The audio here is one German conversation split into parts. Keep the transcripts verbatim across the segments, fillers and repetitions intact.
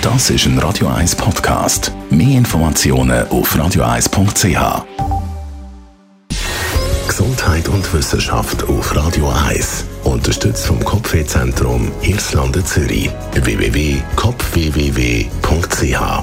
Das ist ein Radio eins Podcast. Mehr Informationen auf radio eins punkt c h. Gesundheit und Wissenschaft auf Radio eins. Unterstützt vom Kopfwehzentrum Irlande Zürich. w w w punkt kopf w w w punkt c h.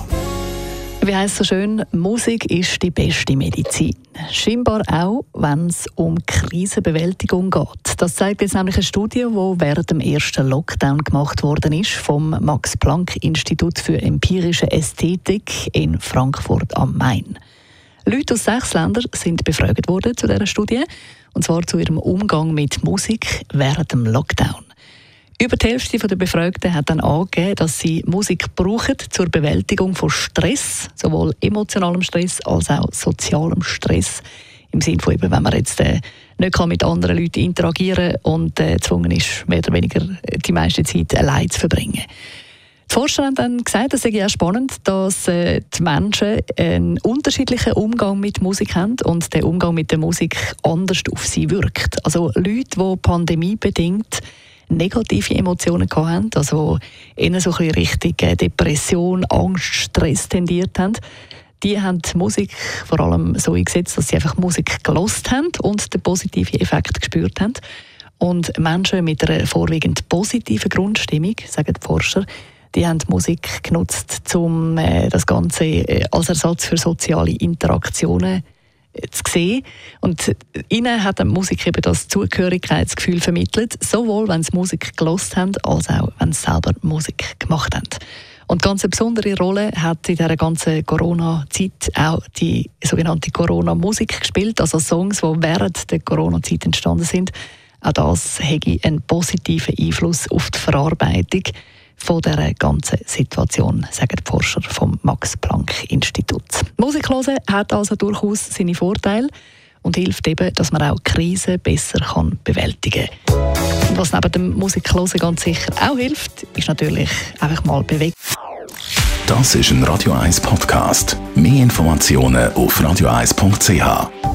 Wie heisst so schön, Musik ist die beste Medizin. Scheinbar auch, wenn es um Krisenbewältigung geht. Das zeigt jetzt nämlich eine Studie, die während dem ersten Lockdown gemacht worden ist vom Max-Planck-Institut für empirische Ästhetik in Frankfurt am Main. Leute aus sechs Ländern sind befragt worden zu dieser Studie, und zwar zu ihrem Umgang mit Musik während dem Lockdown. Über die Hälfte der Befragten hat dann angegeben, dass sie Musik brauchen zur Bewältigung von Stress, sowohl emotionalem Stress als auch sozialem Stress. Im Sinne von, eben, wenn man jetzt äh, nicht kann mit anderen Leuten interagieren kann und äh, gezwungen ist, mehr oder weniger die meiste Zeit allein zu verbringen. Die Forscher haben dann gesagt, es sei auch spannend, dass äh, die Menschen einen unterschiedlichen Umgang mit Musik haben und der Umgang mit der Musik anders auf sie wirkt. Also Leute, die pandemiebedingt negative Emotionen hatten, also eher so ein bisschen Richtung Depression, Angst, Stress tendiert haben, die haben die Musik vor allem so eingesetzt, dass sie einfach Musik gehört haben und den positiven Effekt gespürt haben. Und Menschen mit einer vorwiegend positiven Grundstimmung, sagen die Forscher, die haben die Musik genutzt, um äh, das Ganze äh, als Ersatz für soziale Interaktionen zu sehen. Und ihnen hat die Musik eben das Zugehörigkeitsgefühl vermittelt, sowohl wenn sie Musik gehört haben, als auch wenn sie selber Musik gemacht haben. Und ganz eine besondere Rolle hat in dieser ganzen Corona-Zeit auch die sogenannte Corona-Musik gespielt, also Songs, die während der Corona-Zeit entstanden sind. Auch das hätte einen positiven Einfluss auf die Verarbeitung von dieser ganzen Situation, sagen die Forscher vom Max-Planck-Institut. Musik hören hat also durchaus seine Vorteile und hilft eben, dass man auch Krisen besser kann bewältigen kann. Und was neben dem Musikhören ganz sicher auch hilft, ist natürlich einfach mal bewegen. Das ist ein Radio eins Podcast. Mehr Informationen auf radio eins punkt c h.